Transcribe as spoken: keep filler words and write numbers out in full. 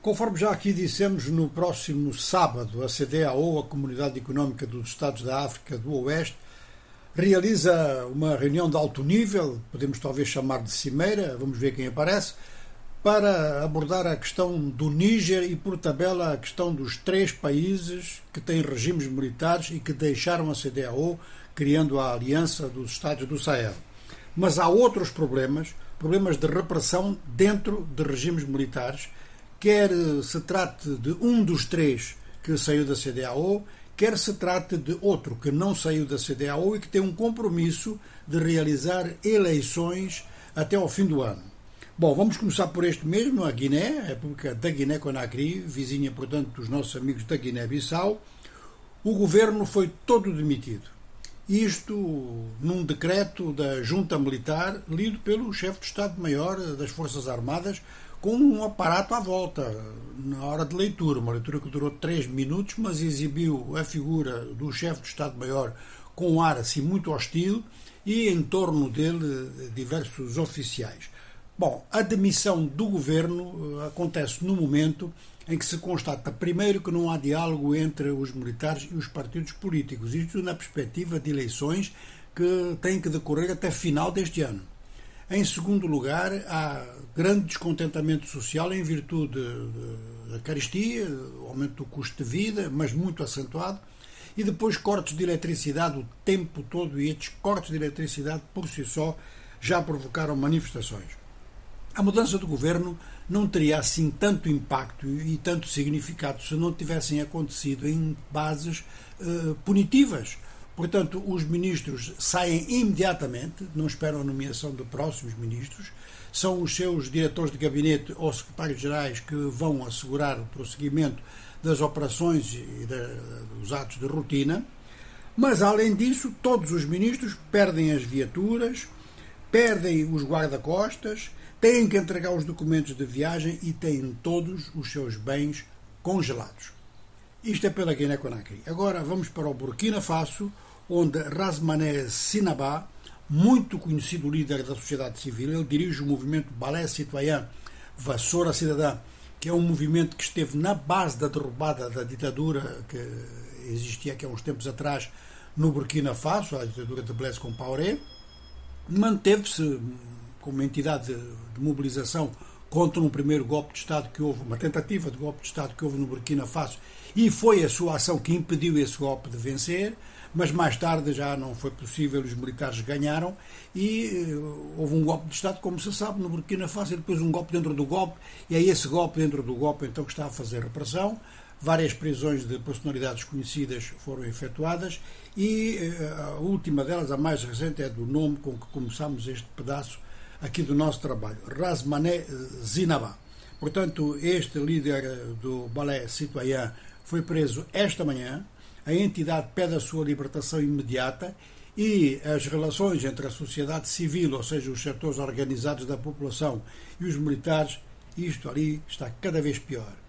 Conforme já aqui dissemos, no próximo sábado, a C D A O, a Comunidade Económica dos Estados da África do Oeste, realiza uma reunião de alto nível, podemos talvez chamar de cimeira, vamos ver quem aparece, para abordar a questão do Níger e, por tabela, a questão dos três países que têm regimes militares e que deixaram a C D A O, criando a Aliança dos Estados do Sahel. Mas há outros problemas, problemas de repressão dentro de regimes militares, quer se trate de um dos três que saiu da C D A O, quer se trate de outro que não saiu da C D A O e que tem um compromisso de realizar eleições até ao fim do ano. Bom, vamos começar por este mesmo, a Guiné, a República da Guiné-Conakry, vizinha, portanto, dos nossos amigos da Guiné-Bissau. O governo foi todo demitido. Isto num decreto da junta militar, lido pelo chefe de Estado-Maior das Forças Armadas, com um aparato à volta, na hora de leitura. Uma leitura que durou três minutos, mas exibiu a figura do chefe de Estado-Maior com um ar assim muito hostil e em torno dele diversos oficiais. Bom, a demissão do governo acontece no momento em que se constata, primeiro, que não há diálogo entre os militares e os partidos políticos, isto na perspectiva de eleições que têm que decorrer até final deste ano. Em segundo lugar, há grande descontentamento social em virtude da carestia, aumento do custo de vida, mas muito acentuado, e depois cortes de eletricidade o tempo todo, e estes cortes de eletricidade por si só já provocaram manifestações. A mudança do governo não teria assim tanto impacto e tanto significado se não tivessem acontecido em bases uh, punitivas. Portanto, os ministros saem imediatamente, não esperam a nomeação de próximos ministros, são os seus diretores de gabinete ou secretários-gerais que vão assegurar o prosseguimento das operações e de, dos atos de rotina, mas, além disso, todos os ministros perdem as viaturas, perdem os guarda-costas, têm que entregar os documentos de viagem e têm todos os seus bens congelados. Isto é pela Guiné-Conakry. Agora vamos para o Burkina Faso, onde Rasmané Sinabá, muito conhecido líder da sociedade civil, ele dirige o movimento Balai Citoyen Vassoura Cidadã, que é um movimento que esteve na base da derrubada da ditadura que existia aqui há uns tempos atrás no Burkina Faso, a ditadura de Blaise Compaoré, manteve-se como uma entidade de, de mobilização contra um primeiro golpe de Estado que houve, uma tentativa de golpe de Estado que houve no Burkina Faso, e foi a sua ação que impediu esse golpe de vencer, mas mais tarde já não foi possível, os militares ganharam e uh, houve um golpe de Estado, como se sabe, no Burkina Faso, e depois um golpe dentro do golpe, e é esse golpe dentro do golpe então que está a fazer repressão. Várias prisões de personalidades conhecidas foram efetuadas e uh, a última delas, a mais recente, é do nome com que começamos este pedaço aqui do nosso trabalho, Rasmané Sinabá. Portanto, este líder do Balai Citoyen foi preso esta manhã. A entidade pede a sua libertação imediata e as relações entre a sociedade civil, ou seja, os setores organizados da população, e os militares, isto ali está cada vez pior.